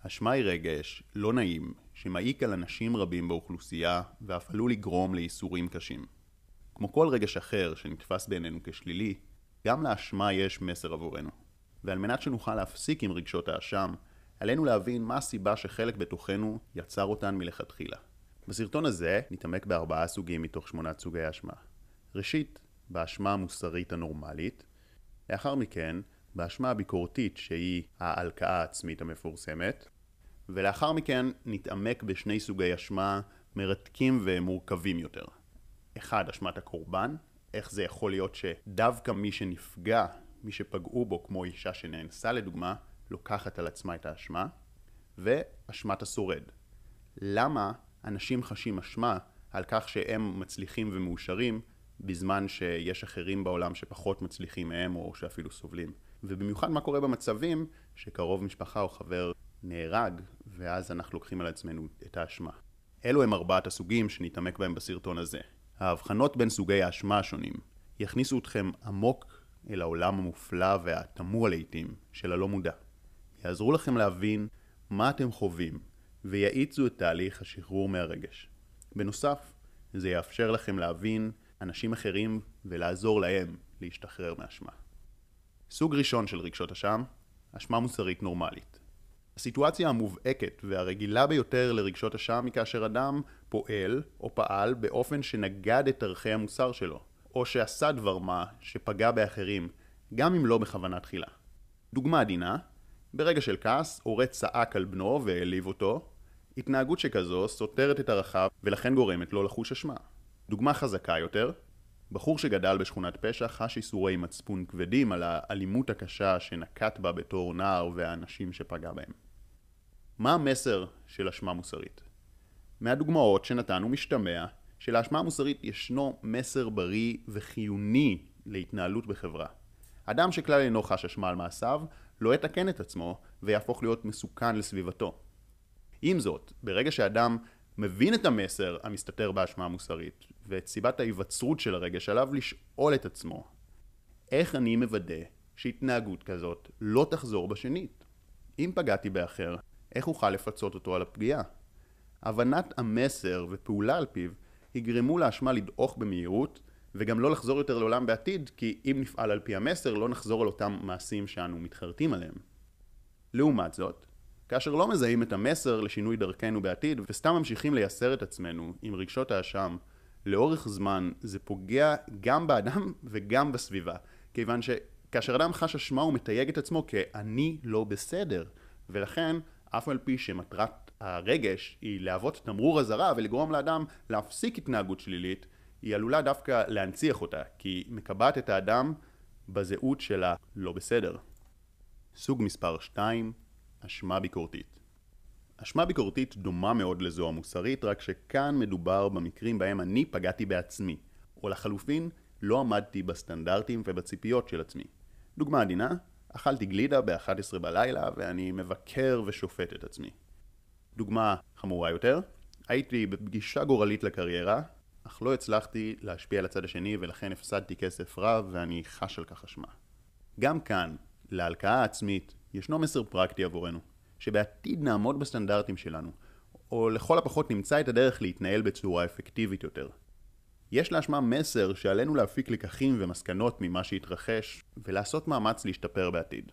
אשמה היא רגש לא נעים שמעיק על אנשים רבים באוכלוסייה ואף עלול לגרום לייסורים קשים. כמו כל רגש אחר שנתפס בעינינו כשלילי, גם לאשמה יש מסר עבורנו. ועל מנת שנוכל להפסיק עם רגשות האשם, עלינו להבין מה הסיבה שחלק בתוכנו יצר אותן מלכתחילה. בסרטון הזה נתעמק ב4 סוגים מתוך 8 סוגי האשמה. ראשית, באשמה המוסרית הנורמלית. לאחר מכן, באשמה הביקורתית שהיא ההלקאה העצמית המפורסמת. ולאחר מכן נתעמק בשני סוגי אשמה מרתקים ומורכבים יותר. אחד, אשמת הקורבן. איך זה יכול להיות שדווקא מי שנפגע, מי שפגעו בו, כמו אישה שנאנסה לדוגמה, לוקחת על עצמה את האשמה. ואשמת השורד. למה אנשים חשים אשמה על כך שהם מצליחים ומאושרים, בזמן שיש אחרים בעולם שפחות מצליחים מהם או שאפילו סובלים. ובמיוחד מה קורה במצבים שקרוב משפחה או חבר נהרג, ואז אנחנו לוקחים על עצמנו את האשמה. אלו הם 4 הסוגים שנתעמק בהם בסרטון הזה. ההבחנות בין סוגי האשמה השונים יכניסו אתכם עמוק אל העולם המופלא והתמוה לעתים של הלא מודע. יעזרו לכם להבין מה אתם חווים ויעיצו את תהליך השחרור מהרגש. בנוסף, זה יאפשר לכם להבין אנשים אחרים ולעזור להם להשתחרר מאשמה. סוג ראשון של רגשות אשם, אשמה מוסרית נורמלית. הסיטואציה המובהקת והרגילה ביותר לרגשות אשם היא כאשר אדם פועל או פעל באופן שנגד את ערכי המוסר שלו, או שעשה דבר מה שפגע באחרים, גם אם לא בכוונה תחילה. דוגמה עדינה, ברגע של כעס, הורה צעק על בנו והעליב אותו. התנהגות שכזו סותרת את ערכיו ולכן גורמת לו לחוש אשמה. דוגמה חזקה יותר, בחור שגדל בשכונת פשע חש איסורי מצפון כבדים על האלימות הקשה שנקט בה בתור נער והאנשים שפגע בהם. מה המסר של אשמה מוסרית? מהדוגמאות שנתנו משתמע שלאשמה המוסרית ישנו מסר בריא וחיוני להתנהלות בחברה. אדם שכלל אינו חש אשמה על מעשיו לא יתקן את עצמו ויהפוך להיות מסוכן לסביבתו. עם זאת, ברגע שאדם מבין את המסר המסתתר באשמה המוסרית ואת סיבת ההיווצרות של הרגש, עליו לשאול את עצמו, איך אני מוודא שהתנהגות כזאת לא תחזור בשנית? אם פגעתי באחר, איך אוכל לפצות אותו על הפגיעה? הבנת המסר ופעולה על פיו יגרמו לאשמה לדעוך במהירות וגם לא לחזור יותר לעולם בעתיד, כי אם נפעל על פי המסר לא נחזור על אותם מעשים שאנו מתחרטים עליהם. לעומת זאת, כאשר לא מזהים את המסר לשינוי דרכנו בעתיד וסתם ממשיכים לייסר את עצמנו עם רגשות האשם, לאורך זמן זה פוגע גם באדם וגם בסביבה, כיוון שכאשר אדם חש אשמה הוא מתייג את עצמו כאני לא בסדר, ולכן אף על פי שמטרת הרגש היא להוות תמרור אזהרה ולגרום לאדם להפסיק התנהגות שלילית, היא עלולה דווקא להנציח אותה, כי היא מקבעת את האדם בזהות שלה לא בסדר. סוג מספר 2, אשמה ביקורתית. אשמה ביקורתית דומה מאוד לזו המוסרית, רק שכאן מדובר במקרים בהם אני פגעתי בעצמי, או לחלופין לא עמדתי בסטנדרטים ובציפיות של עצמי. דוגמה עדינה, אכלתי גלידה ב-11 בלילה ואני מבקר ושופט את עצמי. דוגמה חמורה יותר, הייתי בפגישה גורלית לקריירה, אך לא הצלחתי להשפיע על הצד השני ולכן הפסדתי כסף רב ואני חש על כך אשמה. גם כאן, להלקאה העצמית, ישנו מסר פרקטי עבורנו, שבעתיד נעמוד בסטנדרטים שלנו, או לכל הפחות נמצא את הדרך להתנהל בצורה אפקטיבית יותר. יש לאשמה מסר שעלינו להפיק לקחים ומסקנות ממה שהתרחש, ולעשות מאמץ להשתפר בעתיד.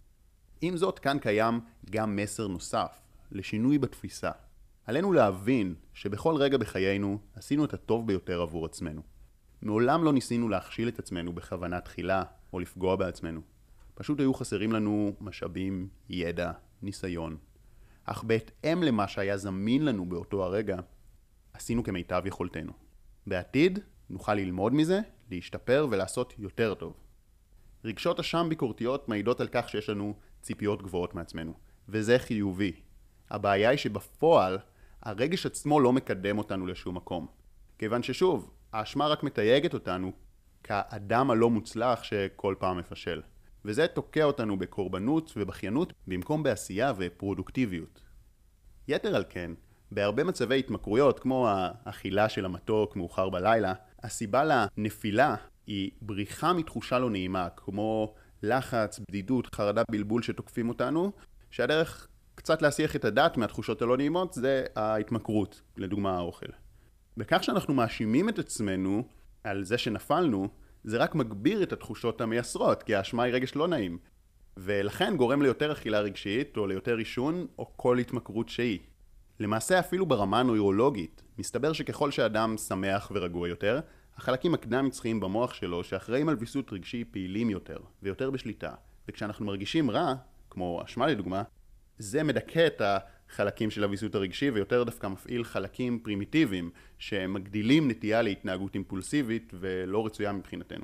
עם זאת, כאן קיים גם מסר נוסף, לשינוי בתפיסה. עלינו להבין שבכל רגע בחיינו עשינו את הטוב ביותר עבור עצמנו. מעולם לא ניסינו להכשיל את עצמנו בכוונה תחילה או לפגוע בעצמנו. פשוט היו חסרים לנו משאבים, ידע, ניסיון. אך בהתאם למה שהיה זמין לנו באותו הרגע, עשינו כמיטב יכולתנו. בעתיד נוכל ללמוד מזה, להשתפר ולעשות יותר טוב. רגשות אשם ביקורתיות מעידות על כך שיש לנו ציפיות גבוהות מעצמנו, וזה חיובי. הבעיה היא שבפועל הרגש עצמו לא מקדם אותנו לשום מקום. כיוון ששוב, האשמה רק מתייגת אותנו כאדם הלא מוצלח שכל פעם מפשל. וזה תוקע אותנו בקורבנות ובחיינות במקום בעשייה ופרודוקטיביות. יתר על כן, בהרבה מצבי התמכרויות כמו האכילה של המתוק מאוחר בלילה, הסיבה לנפילה היא בריחה מתחושה לא נעימה, כמו לחץ, בדידות, חרדה, בלבול שתוקפים אותנו, שהדרך קצת להסיח את הדעת מהתחושות הלא נעימות זה ההתמכרות, לדוגמה האוכל. בכך שאנחנו מאשימים את עצמנו על זה שנפלנו, זה רק מגביר את התחושות המייסרות, כי האשמה היא רגש לא נעים. ולכן גורם ליותר אכילה רגשית, או ליותר עישון, או כל התמכרות שהיא. למעשה אפילו ברמה הנוירולוגית, מסתבר שככל שאדם שמח ורגוע יותר, החלקים הקדם-מצחיים במוח שלו שאחראים על ויסות רגשי פעילים יותר, ויותר בשליטה. וכשאנחנו מרגישים רע, כמו אשמה לדוגמה, זה מדכא את החלקים של הוויסות הרגשי ויותר דווקא מפעיל חלקים פרימיטיביים שמגדילים נטייה להתנהגות אימפולסיבית ולא רצויה מבחינתנו.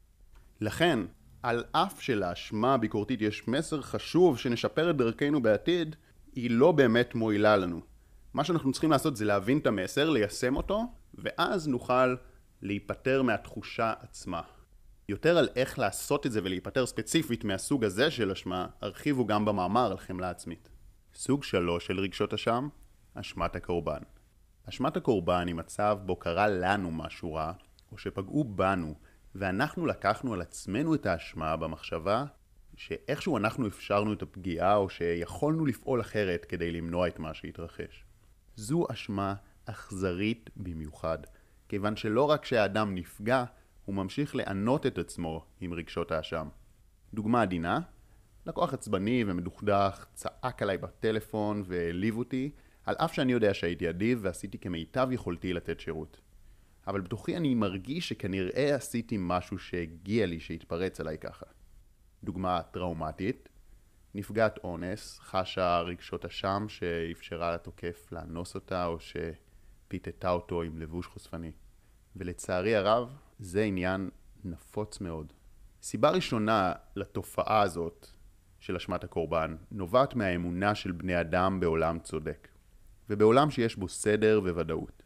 לכן, על אף שלאשמה הביקורתית יש מסר חשוב שנשפר את דרכנו בעתיד, היא לא באמת מועילה לנו. מה שאנחנו צריכים לעשות זה להבין את המסר, ליישם אותו, ואז נוכל להיפטר מהתחושה עצמה. יותר על איך לעשות את זה ולהיפטר ספציפית מהסוג הזה של אשמה, הרחיבו גם במאמר על חמלה עצמית. סוג 3 של רגשות אשם, אשמת הקורבן. אשמת הקורבן היא מצב בו קרה לנו משהו רע, או שפגעו בנו, ואנחנו לקחנו על עצמנו את האשמה במחשבה שאיכשהו אנחנו אפשרנו את הפגיעה או שיכולנו לפעול אחרת כדי למנוע את מה שהתרחש. זו אשמה אכזרית במיוחד, כיוון שלא רק שהאדם נפגע, הוא ממשיך לענות את עצמו עם רגשות האשם. דוגמה עדינה, לקוח עצבני ומדוכדך צעק עליי בטלפון והעליב אותי, על אף שאני יודע שהייתי אדיב ועשיתי כמיטב יכולתי לתת שירות. אבל בתוכי אני מרגיש שכנראה עשיתי משהו שהגיע לי שהתפרץ עליי ככה. דוגמה טראומטית, נפגעת אונס, חשה רגשות אשם שאפשרה לתוקף לאנוס אותה או שפיתתה אותו עם לבוש חושפני. ולצערי הרב, זה עניין נפוץ מאוד. סיבה ראשונה לתופעה הזאת של אשמת הקורבן נובעת מהאמונה של בני אדם בעולם צודק, ובעולם שיש בו סדר וודאות.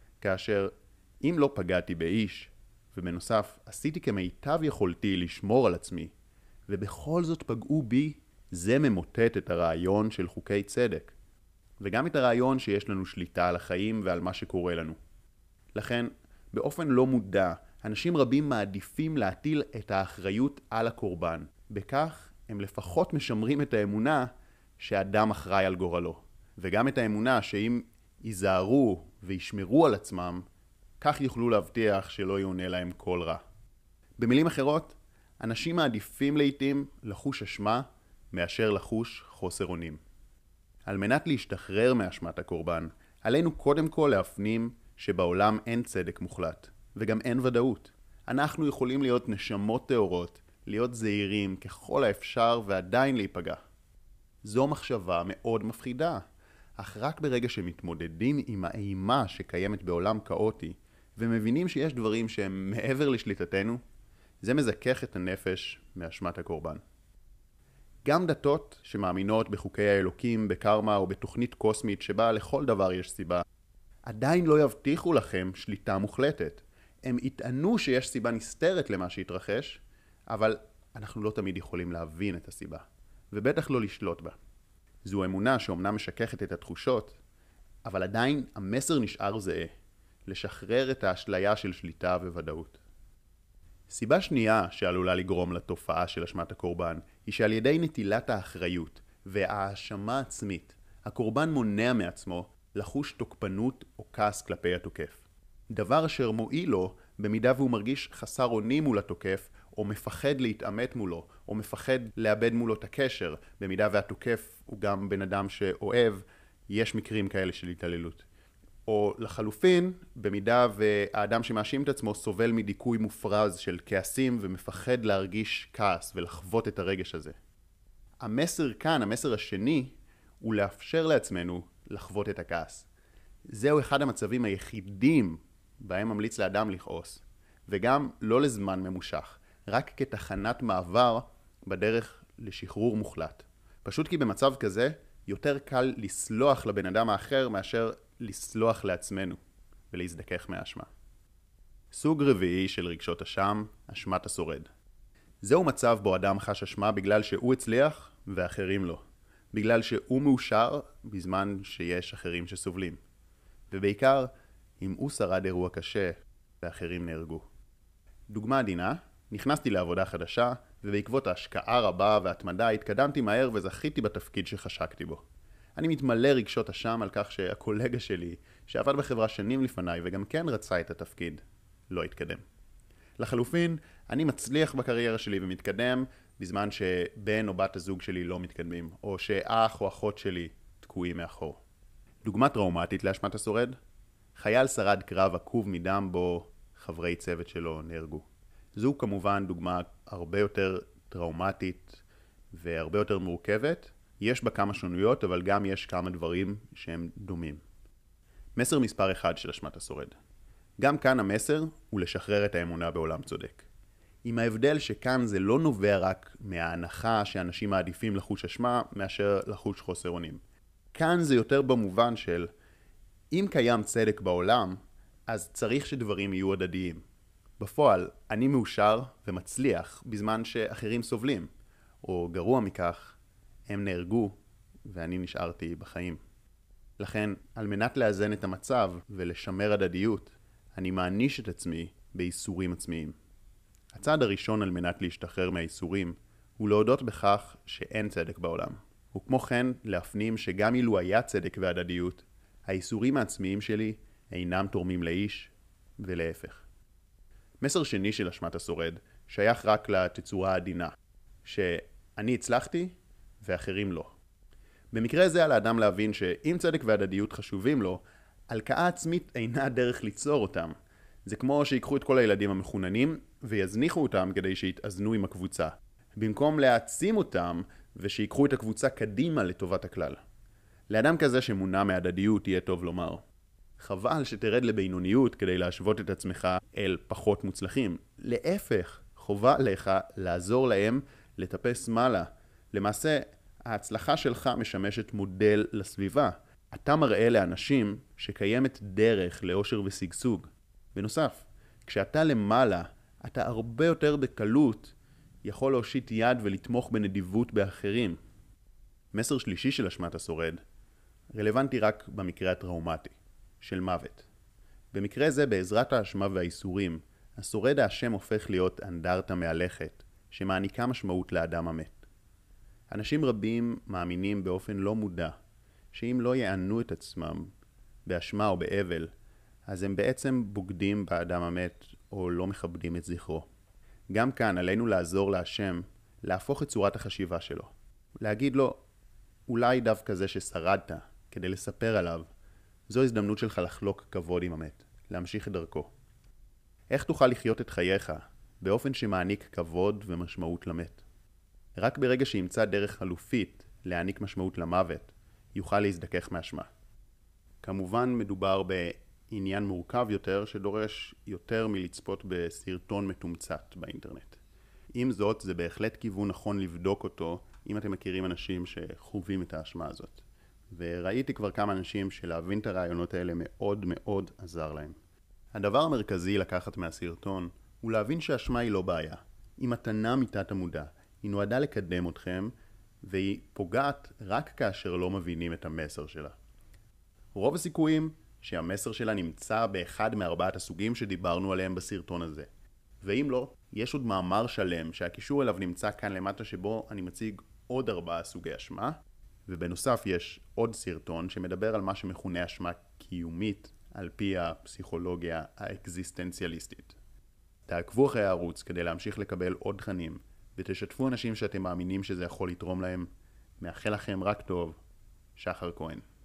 כאשר אם לא פגעתי באיש, ובנוסף עשיתי כמיטב יכולתי לשמור על עצמי, ובכל זאת פגעו בי, זה ממוטט את הרעיון של חוקי צדק, וגם את הרעיון שיש לנו שליטה על החיים ועל מה שקורה לנו. לכן, באופן לא מודע, אנשים רבים מעדיפים להטיל את האחריות על הקורבן. בכך הם לפחות משמרים את האמונה שאדם אחראי על גורלו. וגם את האמונה שאם ייזהרו וישמרו על עצמם, כך יוכלו להבטיח שלא יעונה להם כל רע. במילים אחרות, אנשים מעדיפים לעתים לחוש אשמה מאשר לחוש חוסר אונים. על מנת להשתחרר מאשמת הקורבן, עלינו קודם כל להפנים שבעולם אין צדק מוחלט, וגם אין ודאות. אנחנו יכולים להיות נשמות טהורות, להיות זהירים ככל האפשר ועדיין להיפגע. זו מחשבה מאוד מפחידה, אך רק ברגע שמתמודדים עם האימה שקיימת בעולם כאוטי, ומבינים שיש דברים שהם מעבר לשליטתנו, זה מזכך את הנפש מאשמת הקורבן. גם דתות שמאמינות בחוקי האלוקים, בקרמה או בתוכנית קוסמית שבה לכל דבר יש סיבה, עדיין לא יבטיחו לכם שליטה מוחלטת. הם יטענו שיש סיבה נסתרת למה שהתרחש, אבל אנחנו לא תמיד יכולים להבין את הסיבה, ובטח לא לשלוט בה. זו אמונה שאומנם משככת את התחושות, אבל עדיין המסר נשאר זהה, לשחרר את האשליה של שליטה וודאות. סיבה שנייה שעלולה לגרום לתופעה של אשמת הקורבן, היא שעל ידי נטילת האחריות והאשמה עצמית, הקורבן מונע מעצמו לחוש תוקפנות או כעס כלפי התוקף. דבר אשר מועיל לו במידה והוא מרגיש חסר אונים מול התוקף, או מפחד להתעמת מולו, או מפחד לאבד מולו את הקשר, במידה והתוקף הוא גם בן אדם שאוהב, יש מקרים כאלה של התעללות. או לחלופין, במידה והאדם שמאשים את עצמו סובל מדיכוי מופרז של כעסים ומפחד להרגיש כעס ולחוות את הרגש הזה. המסר כאן, המסר השני, הוא לאפשר לעצמנו לחוות את הכעס. זהו אחד המצבים היחידים בהם ממליץ לאדם לכעוס, וגם לא לזמן ממושך, רק כתחנת מעבר בדרך לשחרור מוחלט. פשוט כי במצב כזה יותר קל לסלוח לבן אדם האחר מאשר לסלוח לעצמנו ולהזדכך מהאשמה. סוג רביעי של רגשות אשם, אשמת השורד. זהו מצב בו אדם חש אשמה בגלל שהוא הצליח ואחרים לא. בגלל שהוא מאושר בזמן שיש אחרים שסובלים. ובעיקר, אם הוא שרד אירוע קשה ואחרים נהרגו. דוגמה עדינה, נכנסתי לעבודה חדשה, ובעקבות ההשקעה רבה והתמדה התקדמתי מהר וזכיתי בתפקיד שחשקתי בו. אני מתמלא רגשות אשם על כך שהקולגה שלי, שעבד בחברה שנים לפניי וגם כן רצה את התפקיד, לא התקדם. לחלופין, אני מצליח בקריירה שלי ומתקדם, בזמן שבן או בת הזוג שלי לא מתקדמים, או שאח או אחות שלי תקועים מאחור. דוגמה טראומטית לאשמת השורד, חייל שרד קרב עקוב מדם בו חברי צוות שלו נהרגו. זו כמובן דוגמה הרבה יותר טראומטית והרבה יותר מורכבת. יש בה כמה שונויות, אבל גם יש כמה דברים שהם דומים. מסר מספר 1 של אשמת השורד. גם כאן המסר הוא לשחרר את האמונה בעולם צודק. עם ההבדל שכאן זה לא נובע רק מההנחה שאנשים מעדיפים לחוש אשמה מאשר לחוש חוסר אונים. כאן זה יותר במובן של אם קיים צדק בעולם, אז צריך שדברים יהיו הדדיים. בפועל, אני מאושר ומצליח בזמן שאחרים סובלים, או גרוע מכך, הם נהרגו ואני נשארתי בחיים. לכן, על מנת לאזן את המצב ולשמר הדדיות, אני מעניש את עצמי באיסורים עצמיים. הצעד הראשון על מנת להשתחרר מהאיסורים הוא להודות בכך שאין צדק בעולם. וכמו כן, להפנים שגם אילו היה צדק והדדיות, האיסורים העצמיים שלי אינם תורמים לאיש ולהפך. מסר שני של אשמת השורד שייך רק לתצורה העדינה, שאני הצלחתי ואחרים לא. במקרה זה על האדם להבין שאם צדק והדדיות חשובים לו, הלקאה עצמית אינה דרך ליצור אותם. זה כמו שיקחו את כל הילדים המחוננים ויזניחו אותם כדי שיתאזנו עם הקבוצה, במקום להעצים אותם ושיקחו את הקבוצה קדימה לטובת הכלל. לאדם כזה שמונע מהדדיות יהיה טוב לומר, חבל שתרד לבינוניות כדי להשוות את עצמך אל פחות מוצלחים. להפך, חובה עליך לעזור להם לטפס מעלה. למעשה, ההצלחה שלך משמשת מודל לסביבה. אתה מראה לאנשים שקיימת דרך לאושר ושגשוג. בנוסף, כשאתה למעלה, אתה הרבה יותר בקלות יכול להושיט יד ולתמוך בנדיבות באחרים. מסר שלישי של אשמת השורד רלוונטי רק במקרה הטראומטי, של מוות. במקרה זה, בעזרת האשמה והאיסורים, השורד האשם הופך להיות אנדרטה מהלכת, שמעניקה משמעות לאדם המת. אנשים רבים מאמינים באופן לא מודע, שאם לא יענו את עצמם באשמה או באבל, אז הם בעצם בוגדים באדם המת או לא מכבדים את זכרו. גם כאן עלינו לעזור להשם להפוך את צורת החשיבה שלו. להגיד לו, אולי דווקא זה ששרדת כדי לספר עליו, זו הזדמנות שלך לחלוק כבוד עם המת, להמשיך את דרכו. איך תוכל לחיות את חייך באופן שמעניק כבוד ומשמעות למת? רק ברגע שימצא דרך חלופית להעניק משמעות למוות, יוכל להזדכך מאשמה. כמובן מדובר בעניין מורכב יותר שדורש יותר מלצפות בסרטון מתומצת באינטרנט. עם זאת, זה בהחלט כיוון נכון לבדוק אותו אם אתם מכירים אנשים שחווים את האשמה הזאת. וראיתי כבר כמה אנשים שלהבין את הרעיונות האלה מאוד מאוד עזר להם. הדבר המרכזי לקחת מהסרטון הוא להבין שהאשמה היא לא בעיה. היא מתנה מתת המודע. היא נועדה לקדם אתכם והיא פוגעת רק כאשר לא מבינים את המסר שלה. רוב הסיכויים שהמסר שלה נמצא באחד מארבעת הסוגים שדיברנו עליהם בסרטון הזה. ואם לא, יש עוד מאמר שלם שהקישור אליו נמצא כאן למטה שבו אני מציג עוד 4 סוגי אשמה, ובנוסף יש עוד סרטון שמדבר על מה שמכונה אשמה קיומית על פי הפסיכולוגיה האקזיסטנציאליסטית. תעקבו אחרי הערוץ כדי להמשיך לקבל עוד תכנים ותשתפו אנשים שאתם מאמינים שזה יכול לתרום להם. מאחל לכם רק טוב. שחר כהן.